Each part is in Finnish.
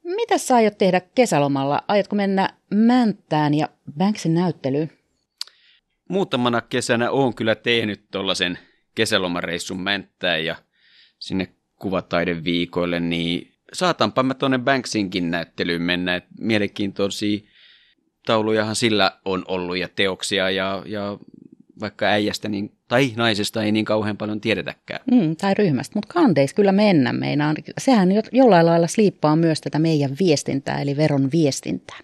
Mitä sä aiot tehdä kesälomalla? Aiotko mennä Mänttään ja Banksin näyttelyyn? Muutamana kesänä olen kyllä tehnyt tuollaisen kesälomareissun Mänttään ja sinne kuvataideviikoille, niin saatanpa mä tuonne Banksinkin näyttelyyn mennä. Et mielenkiintoisia taulujahan sillä on ollut ja teoksia ja vaikka äijästä tai naisesta ei niin kauhean paljon tiedetäkään. Tai ryhmästä, mutta kanteiksi kyllä mennä meinaan. Sehän jollain lailla sliippaa myös tätä meidän viestintää, eli veron viestintää.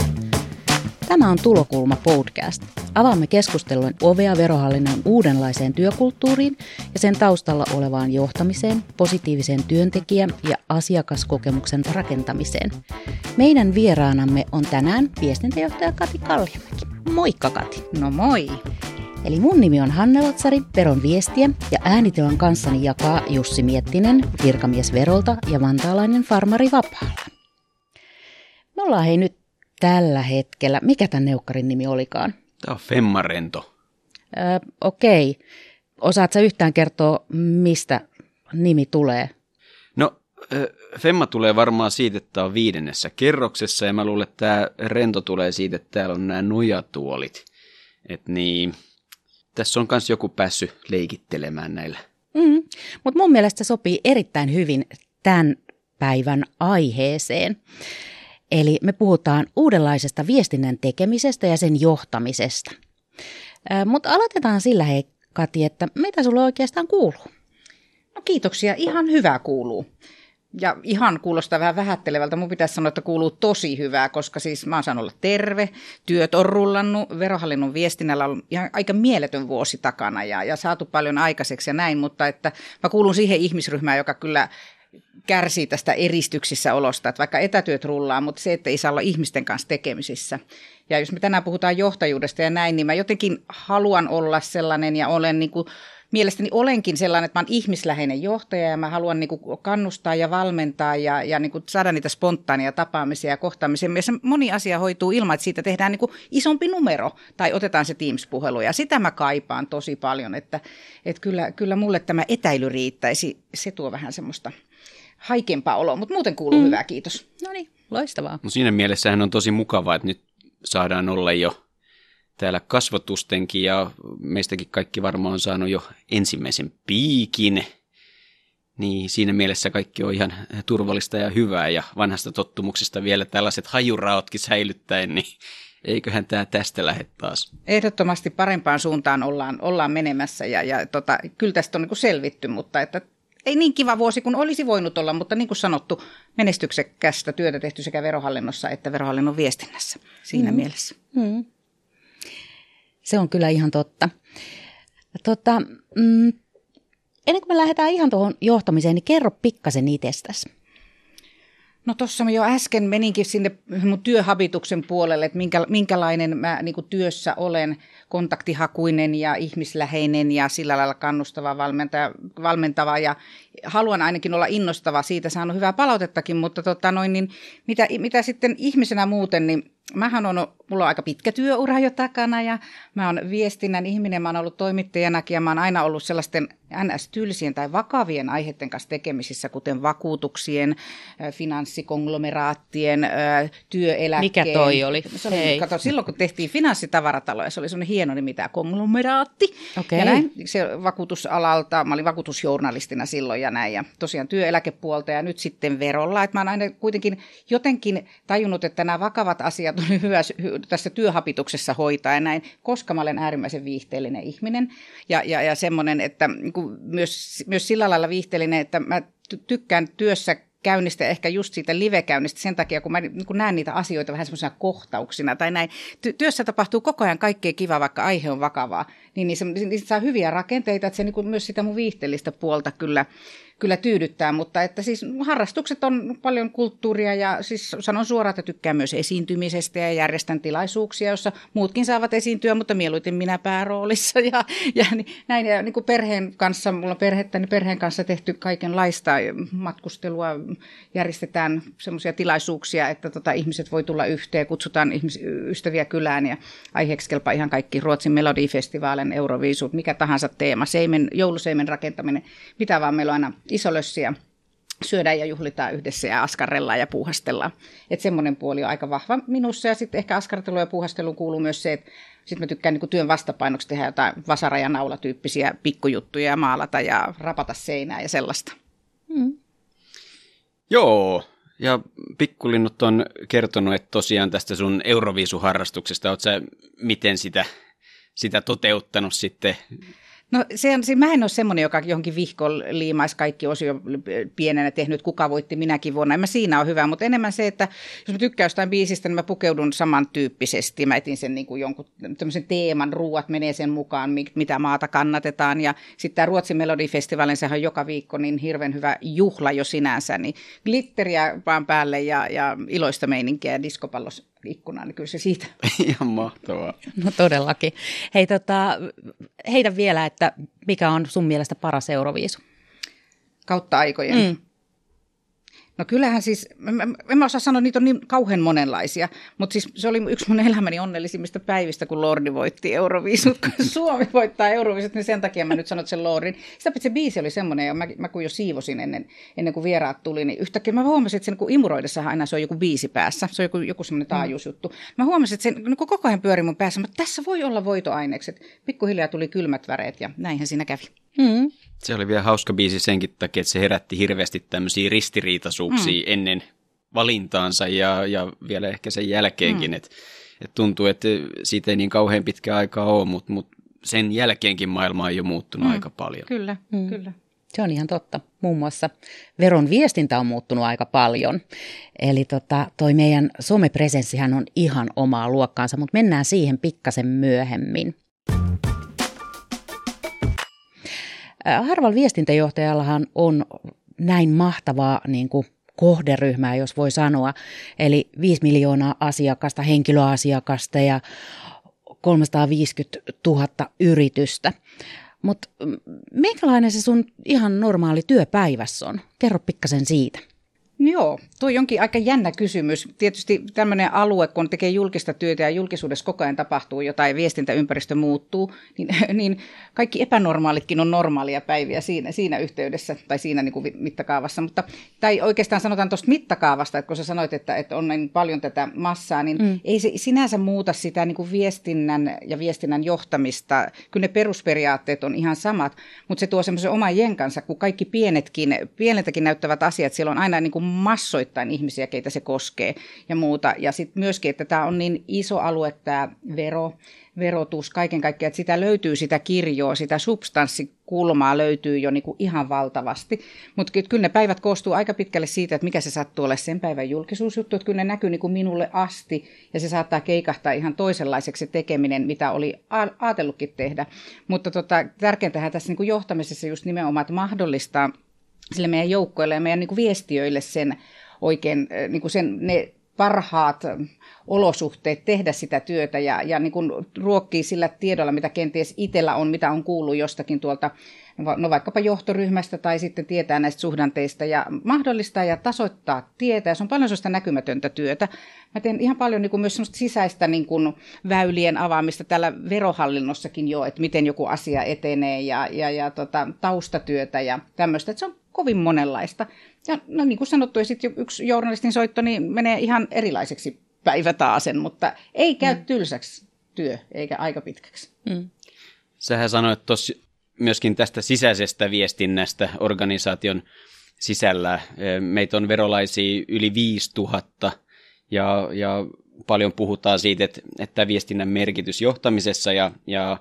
Tämä on Tulokulma podcast. Avaamme keskustelun ovea Verohallinnon uudenlaiseen työkulttuuriin ja sen taustalla olevaan johtamiseen, positiiviseen työntekijä- ja asiakaskokemuksen rakentamiseen. Meidän vieraanamme on tänään viestintäjohtaja Kati Kalliomäki. Moikka Kati. No moi. Eli mun nimi on Hanne Lotsari, veron viestiä, ja äänitilan kanssani jakaa Jussi Miettinen, virkamies Verolta ja vantaalainen farmari Vapaalla. Me ollaan hei nyt tällä hetkellä, mikä tämän neukkarin nimi olikaan? Tämä on Femmarento. Okei. Osaatko yhtään kertoa, mistä nimi tulee? No, Femma tulee varmaan siitä, että tämä on 5. kerroksessa, ja mä luulen, että tämä rento tulee siitä, että täällä on nämä nojatuolit. Että niin, tässä on myös joku päässyt leikittelemään näillä. Mutta mun mielestä se sopii erittäin hyvin tämän päivän aiheeseen. Eli me puhutaan uudenlaisesta viestinnän tekemisestä ja sen johtamisesta. Mutta aloitetaan sillä, hei Kati, että mitä sulle oikeastaan kuuluu? No kiitoksia, ihan hyvää kuuluu. Ja ihan kuulostaa vähän vähättelevältä. Mun pitäisi sanoa, että kuuluu tosi hyvää, koska siis mä oon saanut olla terve, työt on rullannut, Verohallinnon viestinnällä on ihan aika mieletön vuosi takana ja saatu paljon aikaiseksi ja näin, mutta että mä kuulun siihen ihmisryhmään, joka kyllä kärsii tästä eristyksissä olosta, että vaikka etätyöt rullaa, mutta se, että ei saa olla ihmisten kanssa tekemisissä. Ja jos me tänään puhutaan johtajuudesta ja näin, niin mä jotenkin haluan olla sellainen ja olen mielestäni olenkin sellainen, että mä oon ihmisläheinen johtaja ja mä haluan kannustaa ja valmentaa ja saada niitä spontaania tapaamisia ja kohtaamisia. Ja moni asia hoituu ilman, että siitä tehdään isompi numero tai otetaan se Teams-puhelu. Ja sitä mä kaipaan tosi paljon, että kyllä mulle tämä etäily riittäisi. Se tuo vähän semmoista haikeampaa oloa, mutta muuten kuuluu hyvää, kiitos. No niin, loistavaa. No siinä mielessähän on tosi mukavaa, että nyt saadaan olla jo täällä kasvotustenkin ja meistäkin kaikki varmaan on saanut jo ensimmäisen piikin. Niin siinä mielessä kaikki on ihan turvallista ja hyvää ja vanhasta tottumuksesta vielä tällaiset hajuraotkin säilyttäen, niin eiköhän tämä tästä lähde taas. Ehdottomasti parempaan suuntaan ollaan menemässä ja kyllä tästä on selvitty, mutta että ei niin kiva vuosi kuin olisi voinut olla, mutta niin kuin sanottu, menestyksekkästä työtä tehty sekä Verohallinnossa että Verohallinnon viestinnässä siinä mielessä. Se on kyllä ihan totta. Ennen kuin me lähdetään ihan tuohon johtamiseen, niin kerro pikkasen itsestäsi. No tuossa mä jo äsken meninkin sinne mun työhabituksen puolelle, että minkälainen mä työssä olen, kontaktihakuinen ja ihmisläheinen ja sillä lailla kannustava, valmentava ja haluan ainakin olla innostava, siitä saanut hyvää palautettakin, mutta mitä sitten ihmisenä muuten, niin mulla on aika pitkä työura jo takana ja mä oon viestinnän ihminen, mä oon ollut toimittajanakin ja mä oon aina ollut sellaisten NS-tylsien tai vakavien aiheiden kanssa tekemisissä, kuten vakuutuksien, finanssikonglomeraattien, työeläkkeen. Mikä toi oli? Kato, silloin kun tehtiin finanssitavarataloja, se oli semmoinen hieno nimi, tämä konglomeraatti. Okay. Ja näin, se vakuutusalalta, mä olin vakuutusjournalistina silloin ja näin, ja tosiaan työeläkepuolta ja nyt sitten verolla, että mä oon aina kuitenkin jotenkin tajunnut, että nämä vakavat asiat on hyvä tässä työhapituksessa hoitaa ja näin, koska mä olen äärimmäisen viihteellinen ihminen ja semmoinen, että myös sillä lailla viihteellinen, että mä tykkään työssä käynnistä, ehkä just siitä live-käynnistä sen takia, kun mä näen niitä asioita vähän semmoisena kohtauksina tai näin. Työssä tapahtuu koko ajan kaikkea kivaa, vaikka aihe on vakavaa, niin se saa hyviä rakenteita, että se myös sitä mun viihteellistä puolta kyllä tyydyttää, mutta että siis harrastukset on paljon kulttuuria ja siis sanon suoraan, että tykkään myös esiintymisestä ja järjestän tilaisuuksia, jossa muutkin saavat esiintyä, mutta mieluiten minä pääroolissa ja näin. Ja niin kuin perheen kanssa, mulla on perhettä, niin perheen kanssa tehty kaikenlaista matkustelua, järjestetään semmoisia tilaisuuksia, että ihmiset voi tulla yhteen, kutsutaan ystäviä kylään ja aiheeksi kelpaa ihan kaikki Ruotsin Melodifestivaalin, Euroviisut, mikä tahansa teema, jouluseimen rakentaminen, mitä vaan meillä on aina iso lössi ja syödään ja juhlitaan yhdessä ja askarrellaan ja puuhastellaan. Että semmoinen puoli on aika vahva minussa. Ja sitten ehkä askarteluun ja puuhasteluun kuuluu myös se, että sitten mä tykkään niin työn vastapainoksi tehdä jotain vasara- ja naulatyyppisiä pikkujuttuja ja maalata ja rapata seinää ja sellaista. Joo, ja pikkulinnut on kertonut, että tosiaan tästä sun Euroviisuharrastuksesta, oot sä miten sitä toteuttanut sitten? No mä en ole semmoinen, joka johonkin vihkoon liimaisi kaikki osio pienenä tehnyt, kuka voitti minäkin vuonna. En mä siinä ole hyvä, mutta enemmän se, että jos mä tykkään jostain biisistä, niin mä pukeudun samantyyppisesti. Mä etin sen niin kuin jonkun tämmöisen teeman, ruuat menee sen mukaan, mitä maata kannatetaan. Ja sitten tämä Ruotsin Melodifestivalin, sehän on joka viikko niin hirveän hyvä juhla jo sinänsä. Niin glitteriä vaan päälle ja iloista meininkiä ja diskopallos ikkunaan, niin kyllä se siitä. Ihan mahtavaa. No todellakin. Hei, heitä vielä, että mikä on sun mielestä paras Euroviisu? Kautta aikojen. No kyllähän siis, en mä osaa sanoa, niitä on niin kauhean monenlaisia, mutta siis se oli yksi mun elämäni onnellisimmista päivistä, kun Lordi voitti Euroviisut, kun Suomi voittaa Euroviisut, niin sen takia mä nyt sanon sen Lordin. Sitä se biisi oli semmoinen, ja mä kun jo siivosin ennen kuin vieraat tuli, niin yhtäkkiä mä huomasin, että sen kun imuroidessahan aina se on joku biisi päässä, se on joku semmoinen taajuusjuttu. Mä huomasin, että se niin koko ajan pyöri mun päässä, mutta tässä voi olla voitoainekset. Pikkuhiljaa tuli kylmät väreet ja näinhän siinä kävi. Se oli vielä hauska biisi senkin takia, että se herätti hirveästi tämmöisiä ristiriitaisuuksia ennen valintaansa ja vielä ehkä sen jälkeenkin. Et tuntuu, että siitä ei niin kauhean pitkä aikaa ole, mutta sen jälkeenkin maailma on jo muuttunut aika paljon. Kyllä, kyllä. Se on ihan totta. Muun muassa Veron viestintä on muuttunut aika paljon. Eli toi meidän somepresenssihän on ihan omaa luokkaansa, mutta mennään siihen pikkasen myöhemmin. Harvalla viestintäjohtajallahan on näin mahtavaa niin kuin kohderyhmää, jos voi sanoa. Eli 5 miljoonaa asiakasta, henkilöasiakasta ja 350 000 yritystä. Mutta minkälainen se sun ihan normaali työpäivässä on? Kerro pikkasen siitä. Joo, tuo onkin aika jännä kysymys. Tietysti tämmöinen alue, kun tekee julkista työtä ja julkisuudessa koko ajan tapahtuu jotain, viestintäympäristö muuttuu, niin kaikki epänormaalitkin on normaalia päiviä siinä yhteydessä tai siinä niin kuin mittakaavassa. Tai oikeastaan sanotaan tuosta mittakaavasta, että kun sä sanoit, että on niin paljon tätä massaa, niin ei se sinänsä muuta sitä niin kuin viestinnän ja viestinnän johtamista. Kyllä ne perusperiaatteet on ihan samat, mutta se tuo semmoisen oman jenkansa, kun kaikki pieneltäkin näyttävät asiat, siellä on aina niin kuin massoittain ihmisiä, keitä se koskee ja muuta. Ja sitten myöskin, että tämä on niin iso alue, tämä verotus, kaiken kaikkiaan, että sitä löytyy sitä kirjoa, sitä substanssikulmaa löytyy jo niin kuin ihan valtavasti. Mutta kyllä ne päivät koostuu aika pitkälle siitä, että mikä se sattuu olla sen päivän julkisuusjuttu, että kyllä ne näkyy niin kuin minulle asti ja se saattaa keikahtaa ihan toisenlaiseksi tekeminen, mitä oli ajatellutkin tehdä. Mutta tärkeintähän tässä niin kuin johtamisessa just nimenomaan, että mahdollistaa sille meidän joukkoille ja meidän niin kuin viestiöille sen oikein niin kuin ne parhaat olosuhteet tehdä sitä työtä ja niin kuin ruokkii sillä tiedolla, mitä kenties itsellä on, mitä on kuullut jostakin tuolta, no vaikkapa johtoryhmästä tai sitten tietää näistä suhdanteista ja mahdollistaa ja tasoittaa tietä. Ja se on paljon sellaista näkymätöntä työtä. Mä teen ihan paljon niin kuin myös sellaista sisäistä niin kuin väylien avaamista täällä verohallinnossakin jo, että miten joku asia etenee ja taustatyötä ja tämmöistä, että se on kovin monenlaista. Ja no niin kuin sanottu, ja sitten yksi journalistin soitto niin menee ihan erilaiseksi päivä taasen, mutta ei käy tylsäksi työ, eikä aika pitkäksi. Sähän sanoit tuossa myöskin tästä sisäisestä viestinnästä organisaation sisällä. Meitä on verolaisia yli 5000 ja paljon puhutaan siitä, että viestinnän merkitys johtamisessa ja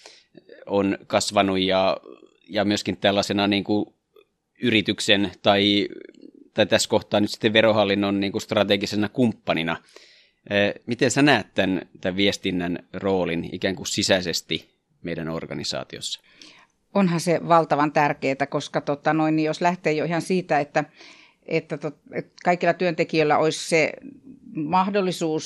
on kasvanut ja myöskin tällaisena niin kuin yrityksen tai tässä kohtaa nyt sitten verohallinnon niin kuin strategisena kumppanina. Miten sä näet tämän viestinnän roolin ikään kuin sisäisesti meidän organisaatiossa? Onhan se valtavan tärkeää, koska niin jos lähtee jo ihan siitä, että kaikilla työntekijöillä olisi se mahdollisuus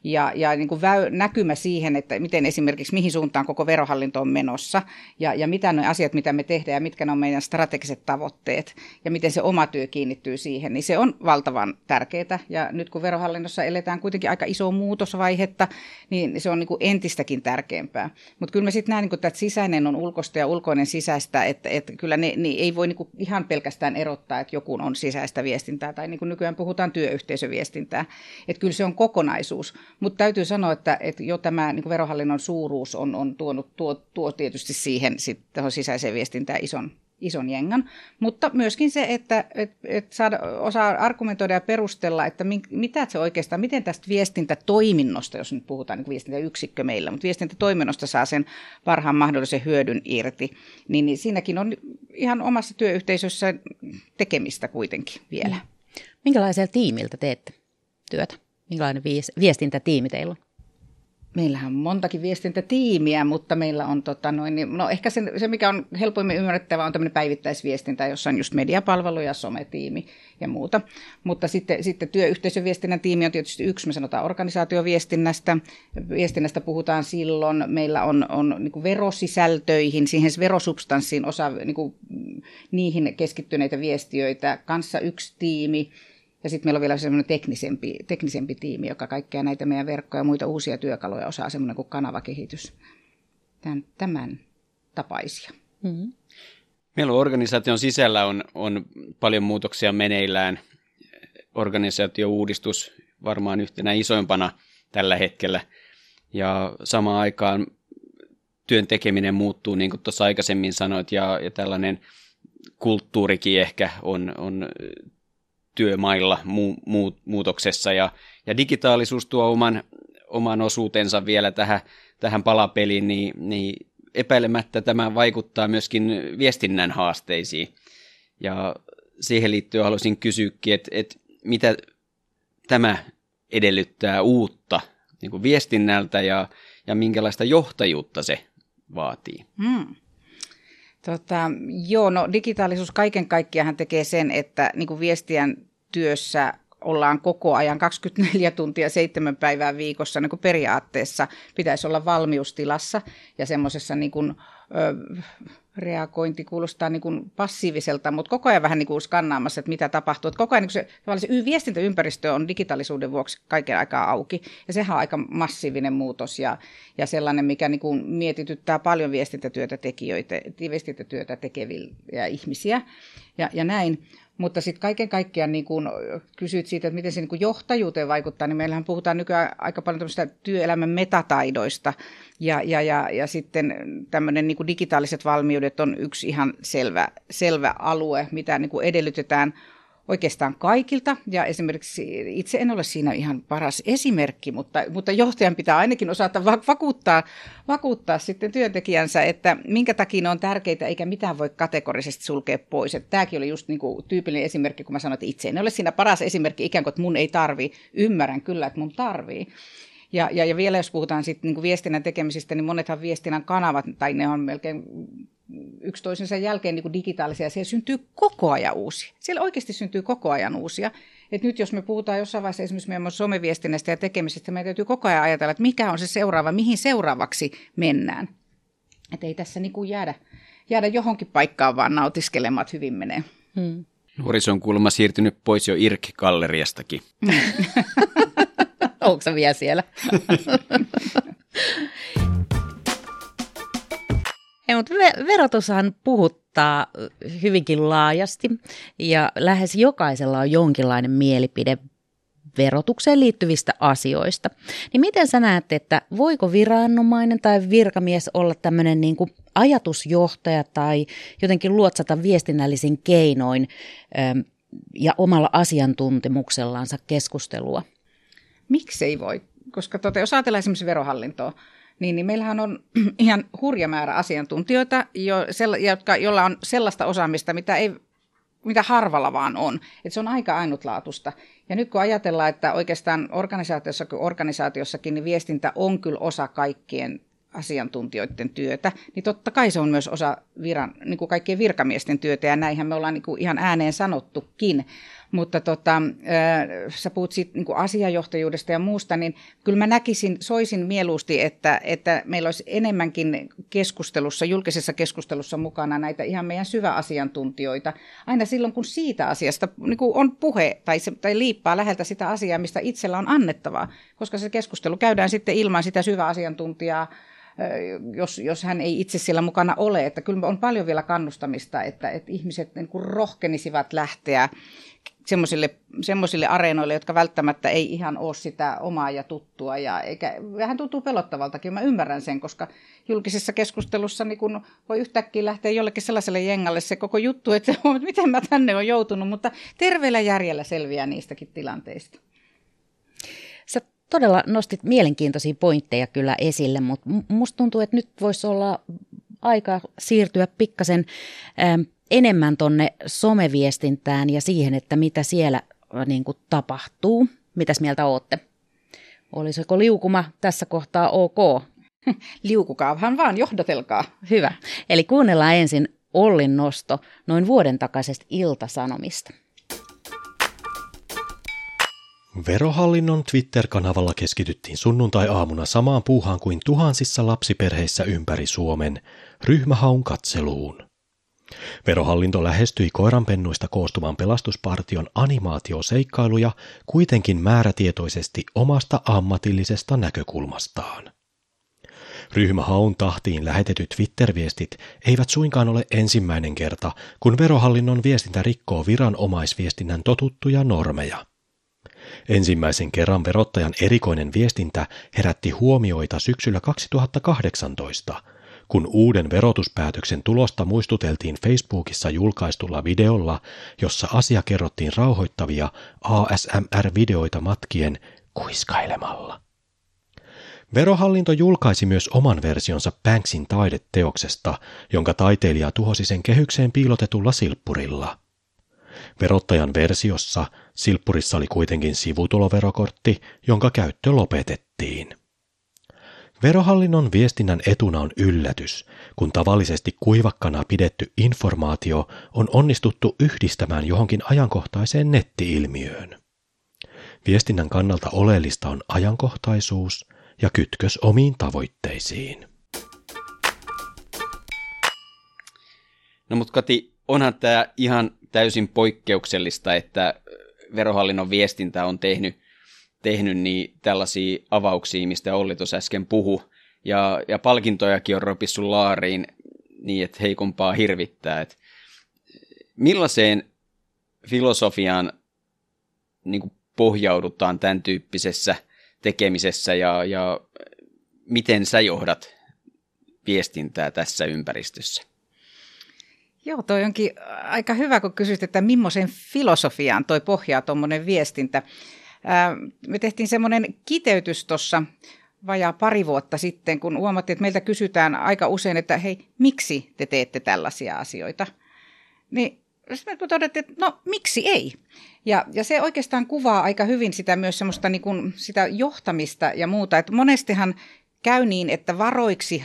ja niin kuin näkymä siihen, että miten esimerkiksi mihin suuntaan koko verohallinto on menossa ja mitä ne asiat, mitä me tehdään ja mitkä ne on meidän strategiset tavoitteet ja miten se oma työ kiinnittyy siihen, niin se on valtavan tärkeää. Ja nyt kun verohallinnossa eletään kuitenkin aika isoa muutosvaihetta, niin se on niin kuin entistäkin tärkeämpää. Mutta kyllä mä sitten näen, niin että sisäinen on ulkoista ja ulkoinen sisäistä, että kyllä ne ei voi niin kuin ihan pelkästään erottaa, että joku on sisäistä viestintää tai niin kuin nykyään puhutaan työyhteisöviestintää. Että kyllä se on kokonaisuus. Mutta täytyy sanoa, että jo tämä niin kuin verohallinnon suuruus on tuo tietysti siihen tuohon sisäiseen viestintään ison jengan, mutta myöskin se, että osaa argumentoida ja perustella, että mitä se oikeastaan, miten tästä viestintätoiminnosta, jos nyt puhutaan niin viestintäyksikkö meillä, mutta viestintätoiminnosta saa sen parhaan mahdollisen hyödyn irti, niin siinäkin on ihan omassa työyhteisössä tekemistä kuitenkin vielä. Minkälaisella tiimiltä teette työtä? Minkälainen viestintätiimi teillä on? Meillähän on montakin viestintätiimiä, mutta meillä on, ehkä se mikä on helpoimmin ymmärrettävä on tämmöinen päivittäisviestintä, jossa on just mediapalveluja, sometiimi ja muuta. Mutta sitten työyhteisöviestinnän tiimi on tietysti yksi, me sanotaan organisaatioviestinnästä. Viestinnästä puhutaan silloin, meillä on niin kuin verosisältöihin, siihen verosubstanssiin niin kuin niihin keskittyneitä viestiöitä, kanssa yksi tiimi. Ja sitten meillä on vielä semmoinen teknisempi tiimi, joka kaikkea näitä meidän verkkoja ja muita uusia työkaluja osaa, semmoinen kuin kanavakehitys. Tämän tapaisia. Mm-hmm. Meillä on organisaation sisällä on paljon muutoksia meneillään. Organisaatio-uudistus varmaan yhtenä isoimpana tällä hetkellä. Ja samaan aikaan työn tekeminen muuttuu, niin kuin tuossa aikaisemmin sanoit, ja tällainen kulttuurikin ehkä on työmailla muutoksessa, ja digitaalisuus tuo oman osuutensa vielä tähän palapeliin, niin epäilemättä tämä vaikuttaa myöskin viestinnän haasteisiin. Ja siihen liittyen haluaisin kysyäkin, että mitä tämä edellyttää uutta niin kuin viestinnältä ja minkälaista johtajuutta se vaatii? Digitaalisuus kaiken kaikkiaan tekee sen, että niin kuin viestien työssä ollaan koko ajan 24 tuntia 7 päivää viikossa, niin kuin periaatteessa pitäisi olla valmiustilassa ja semmoisessa niin kuin, reagointi kuulostaa niin kuin passiiviselta, mutta koko ajan vähän niin kuin skannaamassa, että mitä tapahtuu. Että koko ajan niin se viestintäympäristö on digitaalisuuden vuoksi kaiken aikaa auki ja sehän on aika massiivinen muutos ja sellainen, mikä niin kuin mietityttää paljon viestintätyötä tekeviä ihmisiä ja näin. Mutta sitten kaiken kaikkiaan niin kun kysyt siitä, että miten se niin kun johtajuuteen vaikuttaa, niin meillähän puhutaan nykyään aika paljon tämmöistä työelämän metataidoista. Ja sitten tämmöinen niin kun digitaaliset valmiudet on yksi ihan selvä alue, mitä niin kun edellytetään oikeastaan kaikilta. Ja esimerkiksi itse en ole siinä ihan paras esimerkki, mutta johtajan pitää ainakin osata vakuuttaa sitten työntekijänsä, että minkä takia ne on tärkeitä, eikä mitään voi kategorisesti sulkea pois. Että tämäkin oli just niin kuin tyypillinen esimerkki, kun mä sanoin, että itse en ole siinä paras esimerkki, ikään kuin, että mun ei tarvii. Ymmärrän kyllä, että mun tarvii. Ja vielä jos puhutaan sitten niin kuin viestinnän tekemisistä, niin monethan viestinnän kanavat, tai ne on melkein yksi toisensa jälkeen niin kuin digitaalisia, siellä syntyy koko ajan uusia. Siellä oikeasti syntyy koko ajan uusia. Et nyt jos me puhutaan jossain vaiheessa esimerkiksi meidän someviestinnästä ja tekemisestä, meidän täytyy koko ajan ajatella, että mikä on se seuraava, mihin seuraavaksi mennään. Että ei tässä niin kuin jäädä johonkin paikkaan, vaan nautiskelemaan, että hyvin menee. Nuoriso on kuulemma siirtynyt pois jo IRC-galleriastakin. Onko sä vielä siellä? Mutta verotushan puhuttaa hyvinkin laajasti ja lähes jokaisella on jonkinlainen mielipide verotukseen liittyvistä asioista. Niin miten sä näet, että voiko viranomainen tai virkamies olla tämmöinen niin kuin ajatusjohtaja tai jotenkin luotsata viestinnällisin keinoin ja omalla asiantuntemuksellansa keskustelua? Miksei voi? Koska jos ajatellaan esimerkiksi verohallintoa, niin meillähän on ihan hurja määrä asiantuntijoita, joilla on sellaista osaamista, mitä harvalla vaan on. Et se on aika ainutlaatuista. Ja nyt kun ajatellaan, että oikeastaan organisaatiossakin niin viestintä on kyllä osa kaikkien asiantuntijoiden työtä, niin totta kai se on myös osa niin kuin kaikkien virkamiesten työtä, ja näinhän me ollaan niin kuin ihan ääneen sanottukin. mutta sä puhut siitä niin kuin asiajohtajuudesta ja muusta, niin kyllä mä soisin mieluusti, että meillä olisi enemmänkin keskustelussa, julkisessa keskustelussa mukana näitä ihan meidän syväasiantuntijoita, aina silloin kun siitä asiasta niin kuin on puhe tai liippaa läheltä sitä asiaa, mistä itsellä on annettavaa, koska se keskustelu käydään sitten ilman sitä syväasiantuntijaa, jos hän ei itse siellä mukana ole. Että kyllä on paljon vielä kannustamista, että ihmiset niin kuin rohkenisivat lähteä semmoisille areenoille, jotka välttämättä ei ihan ole sitä omaa ja tuttua. Ja vähän tuntuu pelottavaltakin, mä ymmärrän sen, koska julkisessa keskustelussa niin kun voi yhtäkkiä lähteä jollekin sellaiselle jengalle se koko juttu, että miten mä tänne olen joutunut, mutta terveellä järjellä selviää niistäkin tilanteista. Sä todella nostit mielenkiintoisia pointteja kyllä esille, mutta musta tuntuu, että nyt voisi olla aika siirtyä pikkasen enemmän tonne someviestintään ja siihen, että mitä siellä niin kuin tapahtuu. Mitäs mieltä ootte? Olisiko liukuma tässä kohtaa ok? Liukukaahan vaan, johdatelkaa. Hyvä. Eli kuunnellaan ensin Ollin nosto noin vuoden takaisesta Ilta-Sanomista. Verohallinnon Twitter-kanavalla keskityttiin sunnuntai-aamuna samaan puuhaan kuin tuhansissa lapsiperheissä ympäri Suomen, ryhmähaun katseluun. Verohallinto lähestyi koiranpennuista koostuvan pelastuspartion animaatioseikkailuja kuitenkin määrätietoisesti omasta ammatillisesta näkökulmastaan. Ryhmähaun tahtiin lähetetyt Twitter-viestit eivät suinkaan ole ensimmäinen kerta, kun Verohallinnon viestintä rikkoo viranomaisviestinnän totuttuja normeja. Ensimmäisen kerran verottajan erikoinen viestintä herätti huomioita syksyllä 2018, kun uuden verotuspäätöksen tulosta muistuteltiin Facebookissa julkaistulla videolla, jossa asia kerrottiin rauhoittavia ASMR-videoita matkien kuiskailemalla. Verohallinto julkaisi myös oman versionsa Banksin taideteoksesta, jonka taiteilija tuhosi sen kehykseen piilotetulla silppurilla. Verottajan versiossa silppurissa oli kuitenkin sivutuloverokortti, jonka käyttö lopetettiin. Verohallinnon viestinnän etuna on yllätys, kun tavallisesti kuivakkana pidetty informaatio on onnistuttu yhdistämään johonkin ajankohtaiseen netti-ilmiöön. Viestinnän kannalta oleellista on ajankohtaisuus ja kytkös omiin tavoitteisiin. No mutta Kati, onhan tämä ihan täysin poikkeuksellista, että Verohallinnon viestintä on tehnyt niin tällaisia avauksia, mistä Olli tuossa äsken puhui, ja palkintojakin on ropissut laariin niin, että heikompaa hirvittää. Et millaiseen filosofiaan niin kuin pohjaudutaan tämän tyyppisessä tekemisessä, ja miten sä johdat viestintää tässä ympäristössä? Joo, toi onkin aika hyvä, kun kysyt, että millaiseen filosofiaan toi pohjaa tuommoinen viestintä. Me tehtiin semmoinen kiteytys tuossa vajaa pari vuotta sitten, kun huomattiin, että meiltä kysytään aika usein, että hei, miksi te teette tällaisia asioita? Niin sitten me todettiin, että no miksi ei? Ja se oikeastaan kuvaa aika hyvin sitä myös semmoista niin kuin sitä johtamista ja muuta, että monestihan käy niin, että varoiksi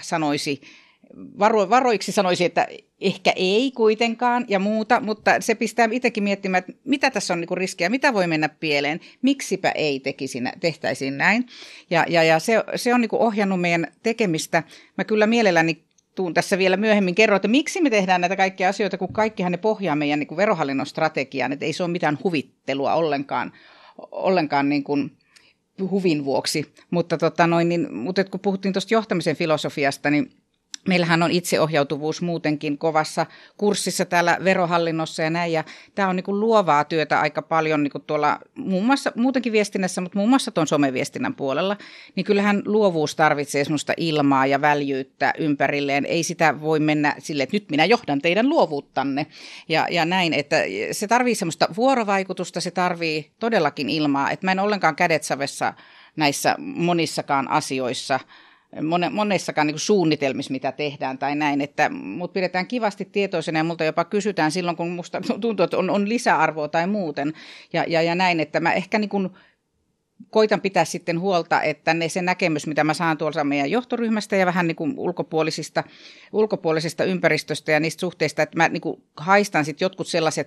sanoisi, että ehkä ei kuitenkaan ja muuta, mutta se pistää itsekin miettimään, että mitä tässä on niin kuin riskiä, mitä voi mennä pieleen, miksipä ei tehtäisiin näin. Ja se on niin kuin ohjannut meidän tekemistä. Mä kyllä mielelläni tuun tässä vielä myöhemmin kerroa, että miksi me tehdään näitä kaikkia asioita, kun kaikkihan ne pohjaa meidän niin kuin verohallinnon strategiaan, että ei se ole mitään huvittelua ollenkaan niin kuin huvin vuoksi. Mutta kun puhuttiin tuosta johtamisen filosofiasta, niin meillähän on itseohjautuvuus muutenkin kovassa kurssissa täällä verohallinnossa ja näin, ja tämä on niin kuin luovaa työtä aika paljon niin kuin tuolla muun muassa muutenkin viestinnässä, mutta muun muassa tuon someviestinnän puolella, niin kyllähän luovuus tarvitsee semmoista ilmaa ja väljyyttä ympärilleen, ei sitä voi mennä silleen, että nyt minä johdan teidän luovuuttanne ja näin, että se tarvii semmoista vuorovaikutusta, se tarvii todellakin ilmaa, että mä en ollenkaan kädet savessa näissä monissakaan asioissa, monessakaan niin kuin suunnitelmissa, mitä tehdään tai näin, että mut pidetään kivasti tietoisena ja multa jopa kysytään silloin, kun musta tuntuu, että on lisäarvoa tai muuten ja näin, että mä ehkä niin kuin koitan pitää sitten huolta, että se näkemys, mitä mä saan tuolta meidän johtoryhmästä ja vähän niin kuin ulkopuolisesta ympäristöstä ja niistä suhteista, että mä niin kuin haistan sitten jotkut sellaiset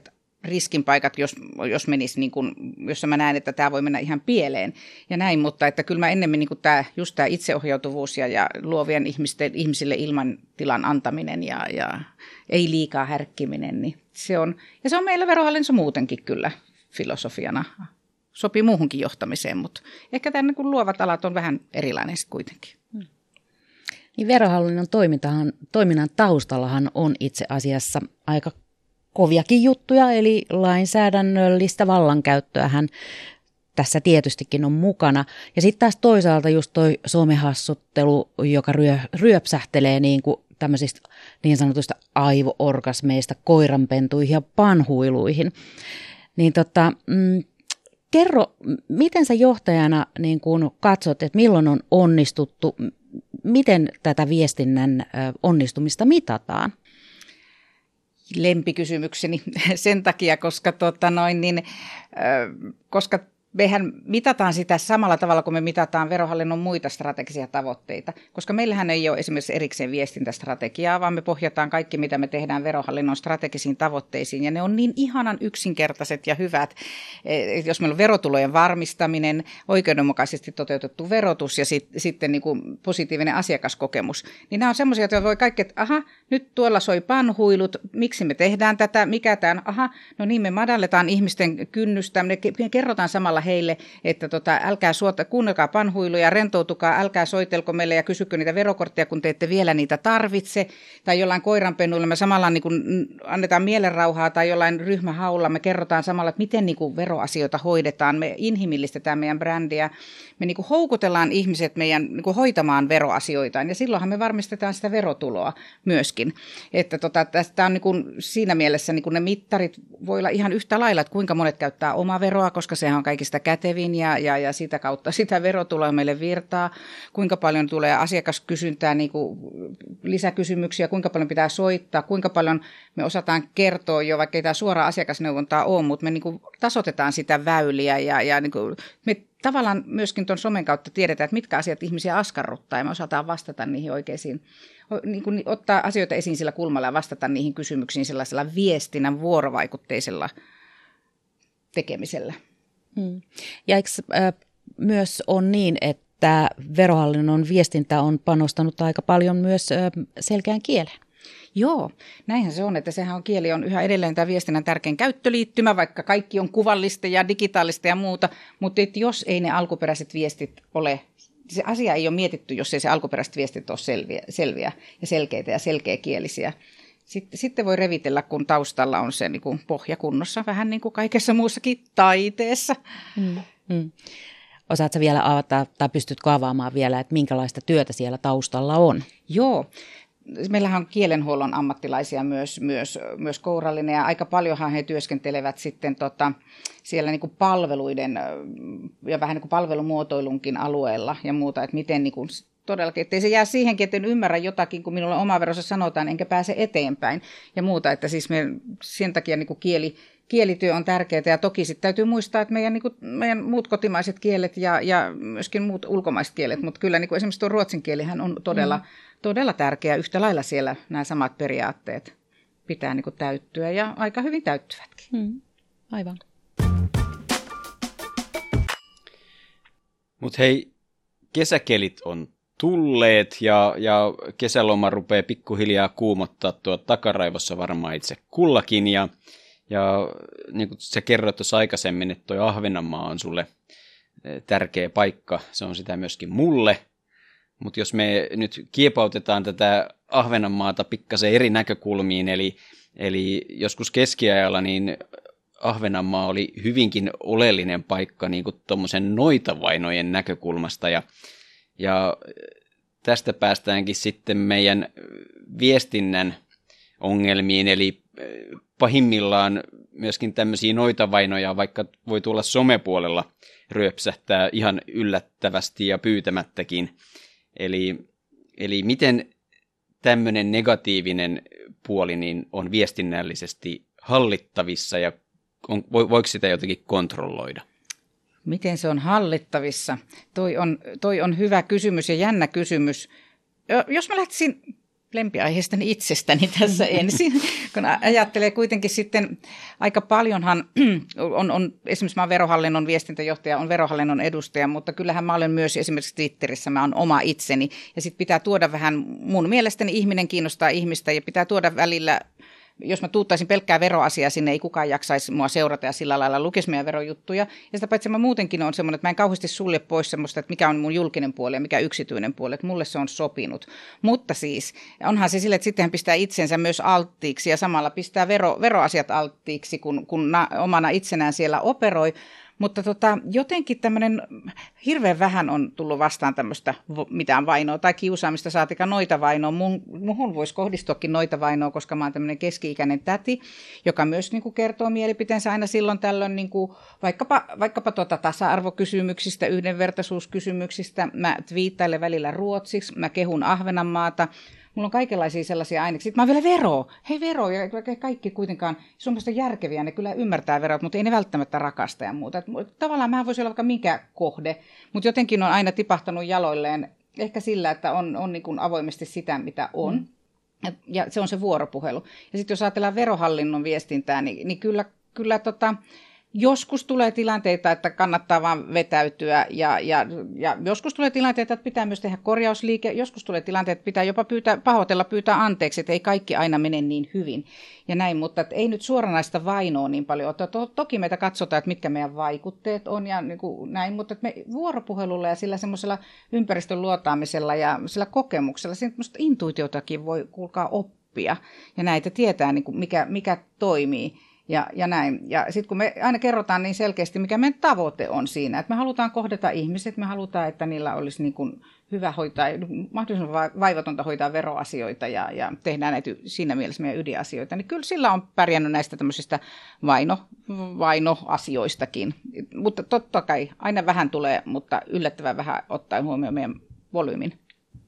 riskin paikat, jos menisi niin kuin, jossa mä näen, että tämä voi mennä ihan pieleen ja näin, mutta että kyllä mä ennemmin niin kuin just tämä itseohjautuvuus ja luovien ihmisille ilmantilan antaminen ja ei liikaa härkkiminen, niin se on meillä Verohallinnossa muutenkin kyllä filosofiana. Sopii muuhunkin johtamiseen, mutta ehkä tämä niin kuin luovat alat on vähän erilainen sitten kuitenkin. Niin Verohallinnon toiminnan taustallahan on itse asiassa aika koviakin juttuja, eli lainsäädännöllistä vallankäyttöähän tässä tietystikin on mukana. Ja sitten taas toisaalta just toi somehassuttelu, joka ryöpsähtelee niin kuin tämmöisistä niin sanotuista aivoorgasmeista koiranpentuihin ja panhuiluihin. Niin kerro, miten sä johtajana niin kun katsot, että milloin on onnistuttu, miten tätä viestinnän onnistumista mitataan? Lempikysymykseni sen takia, koska mehän mitataan sitä samalla tavalla kuin me mitataan Verohallinnon muita strategisia tavoitteita, koska meillähän ei ole esimerkiksi erikseen viestintästrategiaa, vaan me pohjataan kaikki, mitä me tehdään Verohallinnon strategisiin tavoitteisiin, ja ne on niin ihanan yksinkertaiset ja hyvät, jos meillä on verotulojen varmistaminen, oikeudenmukaisesti toteutettu verotus ja sitten niin kuin positiivinen asiakaskokemus, niin nämä on semmoisia, että voi kaikki, että aha, nyt tuolla soi panhuilut, miksi me tehdään tätä, mikä tämä on, no niin me madalletaan ihmisten kynnystä, me kerrotaan samalla heille, että älkää kuunnelkaa panhuiluja, rentoutukaa, älkää soitelko meille ja kysykö niitä verokortteja, kun te ette vielä niitä tarvitse. Tai jollain koiranpennuilla me samalla niin kuin annetaan mielenrauhaa tai jollain ryhmähaulla me kerrotaan samalla, että miten niin kuin veroasioita hoidetaan. Me inhimillistetään meidän brändiä, me niin kuin houkutellaan ihmiset meidän niin kuin hoitamaan veroasioitaan ja silloinhan me varmistetaan sitä verotuloa myöskin. Että tästä on niin kuin siinä mielessä niin kuin ne mittarit voi olla ihan yhtä lailla, että kuinka monet käyttää omaa veroa, koska sehän on kaikista kätevin ja sitä kautta sitä verotuloa meille virtaa, kuinka paljon tulee asiakaskysyntää, niin kuin lisäkysymyksiä, kuinka paljon pitää soittaa, kuinka paljon me osataan kertoa jo, vaikka ei tämä suora asiakasneuvontaa ole, mutta me niin kuin tasoitetaan sitä väyliä ja niin kuin me tavallaan myöskin tuon somen kautta tiedetään, että mitkä asiat ihmisiä askarruttaa ja me osataan vastata niihin oikeisiin, niin kuin ottaa asioita esiin sillä kulmalla ja vastata niihin kysymyksiin sellaisella viestinnän vuorovaikutteisella tekemisellä. Ja eikö myös on niin, että Verohallinnon viestintä on panostanut aika paljon myös selkeään kieleen? Joo, näinhän se on, että kieli on yhä edelleen tämä viestinnän tärkein käyttöliittymä, vaikka kaikki on kuvallista ja digitaalista ja muuta, mutta jos ei ne alkuperäiset viestit ole, se asia ei ole mietitty, jos ei se alkuperäiset viestit ole selviä ja selkeitä ja selkeäkielisiä. Sitten voi revitellä, kun taustalla on se niin kuin pohja kunnossa, vähän niin kuin kaikessa muussakin taiteessa. Osaatko vielä avata tai pystytkö avaamaan vielä, että minkälaista työtä siellä taustalla on? Joo. Meillähän on kielenhuollon ammattilaisia myös kourallinen ja aika paljonhan he työskentelevät sitten siellä niin kuin palveluiden ja vähän niin kuin palvelumuotoilunkin alueella ja muuta, että miten niin kuin todellakin, ettei se jää siihenkin, että en ymmärrä jotakin, kun minulle omaverossa sanotaan, enkä pääse eteenpäin ja muuta, että siis sen takia niin kuin kielityö on tärkeää ja toki sitten täytyy muistaa, että meidän muut kotimaiset kielet ja myöskin muut ulkomaiset kielet, mutta kyllä niin kuin esimerkiksi tuo ruotsin kielihän on todella tärkeä, yhtä lailla siellä nämä samat periaatteet pitää niin kuin täyttyä ja aika hyvin täyttyvätkin. Aivan. Mutta hei, kesäkelit on tulleet ja kesäloma rupeaa pikkuhiljaa kuumottaa takaraivossa varmaan itse kullakin ja niin kuin sä kerroit tuossa aikaisemmin, että toi Ahvenanmaa on sulle tärkeä paikka, se on sitä myöskin mulle. Mutta jos me nyt kiepautetaan tätä Ahvenanmaata pikkasen eri näkökulmiin, eli joskus keskiajalla niin Ahvenanmaa oli hyvinkin oleellinen paikka niin kuin tuommoisen noitavainojen näkökulmasta ja tästä päästäänkin sitten meidän viestinnän ongelmiin, eli pahimmillaan myöskin tämmöisiä noitavainoja, vaikka voi tulla somepuolella ryöpsähtää ihan yllättävästi ja pyytämättäkin. Eli miten tämmöinen negatiivinen puoli niin on viestinnällisesti hallittavissa ja voiko sitä jotenkin kontrolloida? Miten se on hallittavissa? Toi on hyvä kysymys ja jännä kysymys. Jos mä lähtisin lempiaiheestani itsestäni tässä ensin, kun ajattelee kuitenkin sitten aika paljonhan on esimerkiksi mä olen verohallinnon viestintäjohtaja, on verohallinnon edustaja, mutta kyllähän mä olen myös esimerkiksi Twitterissä, mä olen oma itseni ja sitten pitää tuoda vähän, mun mielestäni ihminen kiinnostaa ihmistä ja pitää tuoda välillä. Jos mä tuuttaisin pelkkää veroasiaa sinne, ei kukaan jaksaisi mua seurata ja sillä lailla lukisi meidän verojuttuja. Ja sitä paitsi mä muutenkin on semmoinen, että mä en kauheasti sulje pois semmoista, että mikä on mun julkinen puoli ja mikä yksityinen puoli. Että mulle se on sopinut. Mutta siis onhan se sille, että sittenhän pistää itsensä myös alttiiksi ja samalla pistää veroasiat alttiiksi, kun omana itsenään siellä operoi. Mutta jotenkin tämmöinen hirveän vähän on tullut vastaan tämmöistä mitään vainoa tai kiusaamista saatika noita vainoa. Muhun voisi kohdistuakin noita vainoa, koska mä oon tämmöinen keski-ikäinen täti, joka myös niin kuin kertoo mielipiteensä aina silloin tällöin niin kuin vaikkapa tasa-arvokysymyksistä, yhdenvertaisuuskysymyksistä. Mä twiittailen välillä ruotsiksi, mä kehun Ahvenanmaata. Mulla on kaikenlaisia sellaisia aineksia. Sitten mä oon vielä vero, ja kaikki kuitenkaan, Suomesta on järkeviä, ne kyllä ymmärtää verot, mutta ei ne välttämättä rakasta ja muuta. Tavallaan mä voisi olla vaikka mikä kohde, mutta jotenkin on aina tipahtanut jaloilleen, ehkä sillä, että on niin kuin avoimesti sitä, mitä on. Ja se on se vuoropuhelu. Ja sitten jos ajatellaan verohallinnon viestintää, niin kyllä joskus tulee tilanteita, että kannattaa vaan vetäytyä ja joskus tulee tilanteita, että pitää myös tehdä korjausliike. Joskus tulee tilanteita, että pitää jopa pyytää anteeksi, että ei kaikki aina mene niin hyvin ja näin, mutta että ei nyt suoranaista vainoa niin paljon. Toki meitä katsotaan, että mitkä meidän vaikutteet on ja niin kuin näin, mutta että me vuoropuhelulla ja sillä semmoisella ympäristön luotaamisella ja sillä kokemuksella, semmoista intuitiotakin voi kuulkaa oppia ja näitä tietää, niin kuin mikä toimii. Ja näin. Ja sitten kun me aina kerrotaan niin selkeästi, mikä meidän tavoite on siinä, että me halutaan kohdata ihmiset, me halutaan, että niillä olisi niin kuin hyvä hoitaa, mahdollisimman vaivatonta hoitaa veroasioita ja tehdään näitä siinä mielessä meidän ydinasioita, niin kyllä sillä on pärjännyt näistä tämmöisistä vainoasioistakin. Mutta totta kai aina vähän tulee, mutta yllättävän vähän ottaen huomioon meidän volyymin.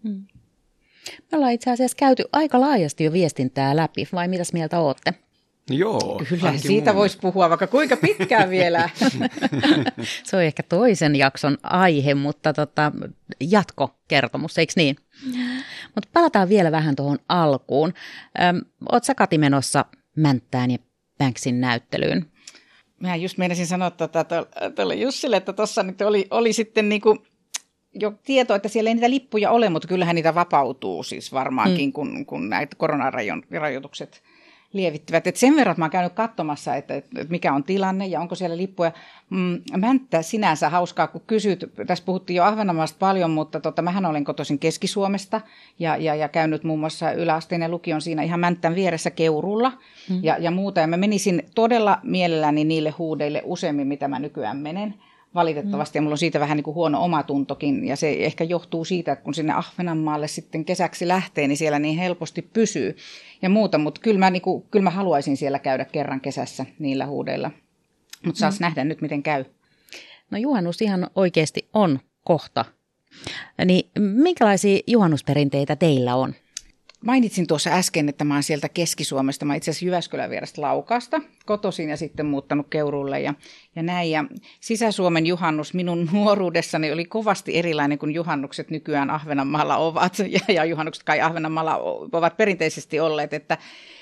Me ollaan itse asiassa käyty aika laajasti jo viestintää läpi, vai mitäs mieltä olette? Joo. Kyllä siitä voisi puhua vaikka kuinka pitkään vielä. Se on ehkä toisen jakson aihe, mutta jatkokertomus, eikö niin? Mutta palataan vielä vähän tuohon alkuun. Oot sä, Kati, menossa Mänttään ja Banksin näyttelyyn? Mä just meinasin sanoa tuolle Jussille, että tuossa nyt oli sitten niinku jo tieto, että siellä ei niitä lippuja ole, mutta kyllähän niitä vapautuu siis varmaankin, kun näitä koronarajoitukset lievittyvät. Et sen verran mä oon käynyt katsomassa, että mikä on tilanne ja onko siellä lippuja. Mänttä sinänsä hauskaa, kun kysyt. Tässä puhuttiin jo Ahvenanmaasta paljon, mutta mähän olen kotoisin Keski-Suomesta ja käynyt muun muassa yläasteen lukion siinä ihan Mänttän vieressä Keurulla ja muuta. Ja mä menisin todella mielelläni niille huudeille useammin, mitä mä nykyään menen. Valitettavasti, ja mulla on siitä vähän niin kuin huono omatuntokin, ja se ehkä johtuu siitä, että kun sinne Ahvenanmaalle sitten kesäksi lähtee, niin siellä niin helposti pysyy ja muuta, mutta kyllä mä haluaisin siellä käydä kerran kesässä niillä huudeilla, mutta saas nähdä nyt, miten käy. No juhannus ihan oikeasti on kohta, niin minkälaisia juhannusperinteitä teillä on? Mainitsin tuossa äsken, että mä oon sieltä Keski-Suomesta, mä itse asiassa Jyväskylän vierestä Laukaasta kotoisin ja sitten muuttanut Keuruulle ja näin. Ja Sisä-Suomen juhannus minun nuoruudessani oli kovasti erilainen kuin juhannukset nykyään Ahvenanmaalla ovat ja juhannukset kai Ahvenanmaalla ovat perinteisesti olleet, että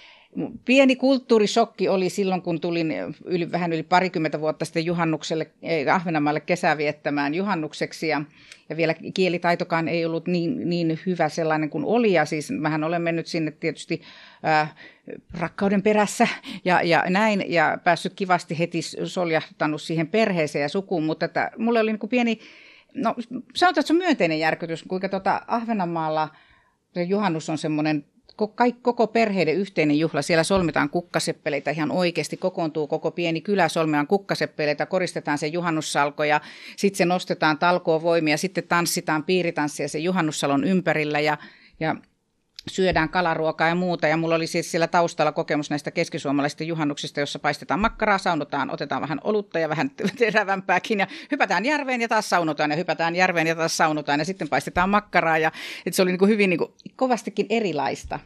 pieni kulttuurishokki oli silloin, kun tulin vähän yli 20 vuotta sitten Ahvenanmaalle kesää viettämään juhannukseksi ja vielä kielitaitokaan ei ollut niin hyvä sellainen kuin oli. Ja siis mähän olen mennyt sinne tietysti rakkauden perässä ja näin ja päässyt kivasti heti soljahtanut siihen perheeseen ja sukuun, mutta että mulle oli niin kuin pieni, no sanotaan, että se on myönteinen järkytys, kuinka Ahvenanmaalla juhannus on semmoinen koko perheiden yhteinen juhla. Siellä solmitaan kukkaseppeleitä ihan oikeasti. Kokoontuu koko pieni kylä, solmitaan kukkaseppeleitä, koristetaan se juhannussalko ja sitten se nostetaan talkoovoimia. Sitten tanssitaan piiritanssia sen juhannussalon ympärillä ja syödään kalaruokaa ja muuta. Ja mulla oli siis siellä taustalla kokemus näistä keskisuomalaisista juhannuksista, jossa paistetaan makkaraa, saunotaan, otetaan vähän olutta ja vähän terävämpääkin ja hypätään järveen ja taas saunotaan ja hypätään järveen ja taas saunotaan ja sitten paistetaan makkaraa. Ja että se oli niin kuin hyvin niin kuin kovastikin erilaista.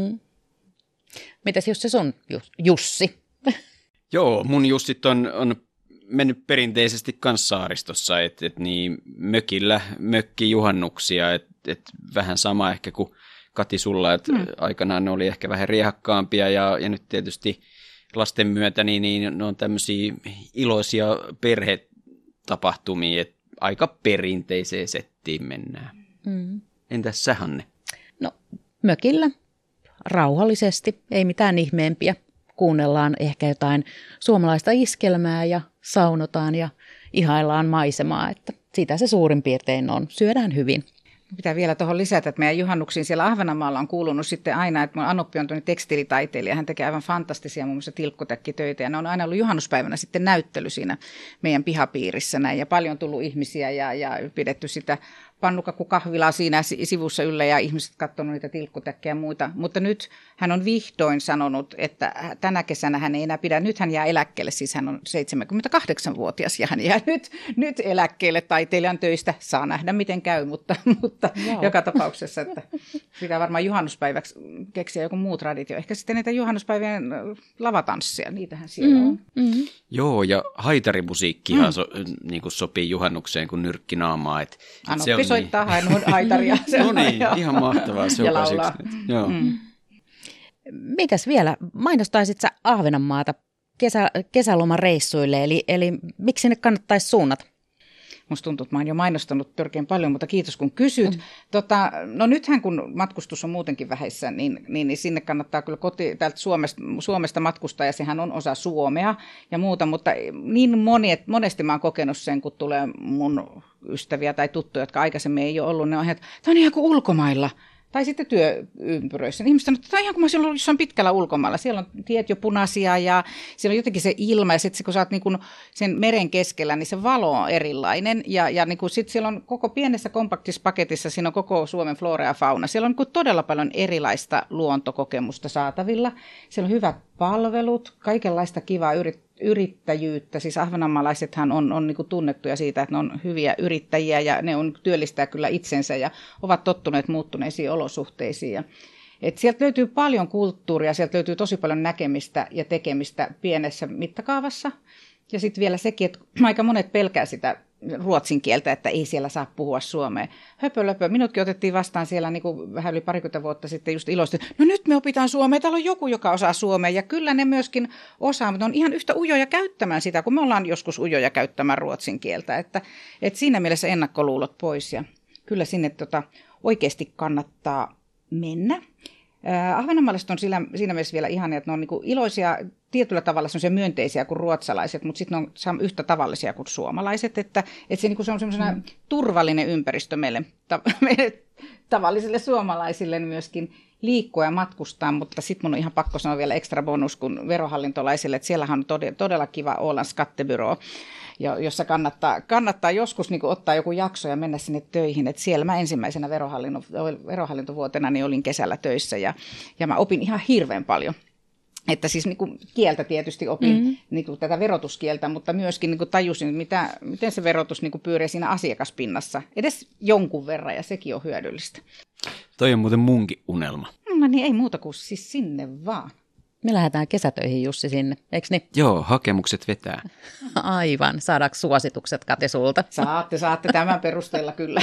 Mitäs just se sun Jussi? Joo, mun Jussit on mennyt perinteisesti kans saaristossa, että niin mökillä mökkijuhannuksia, että vähän sama ehkä kuin Kati sulla, että aikanaan ne oli ehkä vähän riehakkaampia ja nyt tietysti lasten myötä niin ne on tämmöisiä iloisia perhetapahtumia, että aika perinteiseen settiin mennään. Entäs sä, Hanne? No mökillä, rauhallisesti, ei mitään ihmeempiä. Kuunnellaan ehkä jotain suomalaista iskelmää ja saunotaan ja ihaillaan maisemaa, että sitä se suurin piirtein on. Syödään hyvin. Pitää vielä tuohon lisätä, että meidän juhannuksiin siellä Ahvenanmaalla on kuulunut sitten aina, että mun Anoppi on tekstiilitaiteilija, hän tekee aivan fantastisia muun muassa tilkkutäkkitöitä ja ne on aina ollut juhannuspäivänä sitten näyttely siinä meidän pihapiirissä näin ja paljon tullut ihmisiä ja pidetty sitä pannukakkukahvilaa siinä sivussa yllä ja ihmiset katsonut niitä tilkkutäkkejä ja muita, mutta nyt hän on vihdoin sanonut, että tänä kesänä hän ei enää pidä, nyt hän jää eläkkeelle, siis hän on 78-vuotias ja hän jää nyt eläkkeelle taiteilijan töistä, saa nähdä miten käy, mutta joka tapauksessa, että pitää varmaan juhannuspäiväksi keksiä joku muu traditio, ehkä sitten näitä juhannuspäivien lavatansseja, niitähän siellä on. Joo, ja haitarimusiikkihan niin sopii juhannukseen kuin nyrkkinaamaa. Anoppi soittaa haitaria. No niin, ihan mahtavaa. Se ja laulaa. Joo. Mitäs vielä? Mainostaisit sä Ahvenanmaata kesälomareissuille, eli miksi sinne kannattaisi suunnata? Musta tuntuu, että mä oon jo mainostanut törkeän paljon, mutta kiitos kun kysyt. No nythän kun matkustus on muutenkin vähässä, niin sinne kannattaa kyllä täältä Suomesta matkustaa, ja sehän on osa Suomea ja muuta, mutta niin monesti mä oon kokenut sen, kun tulee mun ystäviä tai tuttuja, jotka aikaisemmin ei ole ollut, ne on että tämä on ihan kuin ulkomailla. Tai sitten työympyröissä. Ihmiset sanoo, että tämä on ihan kuin mä olisin ollut jossain pitkällä ulkomailla. Siellä on tiet jo punaisia ja siellä on jotenkin se ilma. Ja sitten kun sä oot niin kuin sen meren keskellä, niin se valo on erilainen. Ja niin kuin sitten siellä on koko pienessä kompaktisessa paketissa, siinä on koko Suomen flora ja fauna. Siellä on niin kuin todella paljon erilaista luontokokemusta saatavilla. Siellä on hyvät palvelut, kaikenlaista kivaa yrittäjyyttä. Siis ahvenanmaalaisethan on niin kuin tunnettuja siitä, että ne on hyviä yrittäjiä ja ne työllistää kyllä itsensä ja ovat tottuneet muuttuneisiin olosuhteisiin. Et sieltä löytyy paljon kulttuuria, sieltä löytyy tosi paljon näkemistä ja tekemistä pienessä mittakaavassa. Ja sitten vielä sekin, että aika monet pelkää sitä ruotsin kieltä, että ei siellä saa puhua suomea. Höpölöpö. Minutkin otettiin vastaan siellä niin kuin vähän yli 20 vuotta sitten just iloisesti. No nyt me opitaan suomea. Täällä on joku, joka osaa suomea. Ja kyllä ne myöskin osaa, mutta on ihan yhtä ujoja käyttämään sitä, kun me ollaan joskus ujoja käyttämään ruotsin kieltä. Että siinä mielessä ennakkoluulot pois. Ja kyllä sinne oikeasti kannattaa mennä. Ahvenanmaalaiset on siinä mielessä vielä ihania, että ne on niin kuin iloisia, tietyllä tavalla sellaisia myönteisiä kuin ruotsalaiset, mutta sitten ne on yhtä tavallisia kuin suomalaiset, että se, niin kuin se on semmoisena turvallinen ympäristö meille tavallisille suomalaisille myöskin liikkua ja matkustaa, mutta sitten mun on ihan pakko sanoa vielä ekstra bonus kuin verohallintolaisille, että siellähän on todella kiva Ålands Skattebyrå, jossa kannattaa joskus niin kuin ottaa joku jakso ja mennä sinne töihin. Et siellä mä ensimmäisenä verohallintovuotena niin olin kesällä töissä ja mä opin ihan hirveän paljon. Että siis niin kuin kieltä tietysti opin, niin kuin tätä verotuskieltä, mutta myöskin niin kuin tajusin, miten se verotus niin kuin pyörii siinä asiakaspinnassa. Edes jonkun verran, ja sekin on hyödyllistä. Toi on muuten munkin unelma. No niin, ei muuta kuin siis sinne vaan. Me lähdetään kesätöihin, Jussi, sinne, eikö niin? Joo, hakemukset vetää. Aivan. Saadaanko suositukset, Kati, sulta? Saatte tämän perusteella kyllä.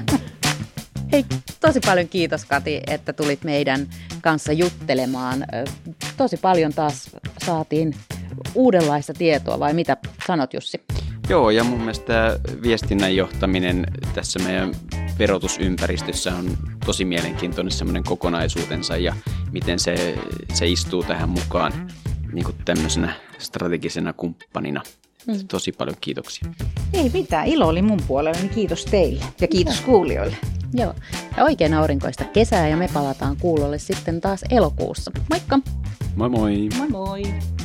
Hei, tosi paljon kiitos, Kati, että tulit meidän kanssa juttelemaan. Tosi paljon taas saatiin uudenlaista tietoa, vai mitä sanot, Jussi? Joo, ja mun mielestä viestinnän johtaminen tässä meidän verotusympäristössä on tosi mielenkiintoinen semmoinen kokonaisuutensa ja miten se istuu tähän mukaan niin kuin tämmöisenä strategisena kumppanina. Tosi paljon kiitoksia. Ei mitään, ilo oli mun puolella, niin kiitos teille ja kiitos kuulijoille. Joo, ja oikein aurinkoista kesää ja me palataan kuulolle sitten taas elokuussa. Moikka! Moi moi! Moi moi!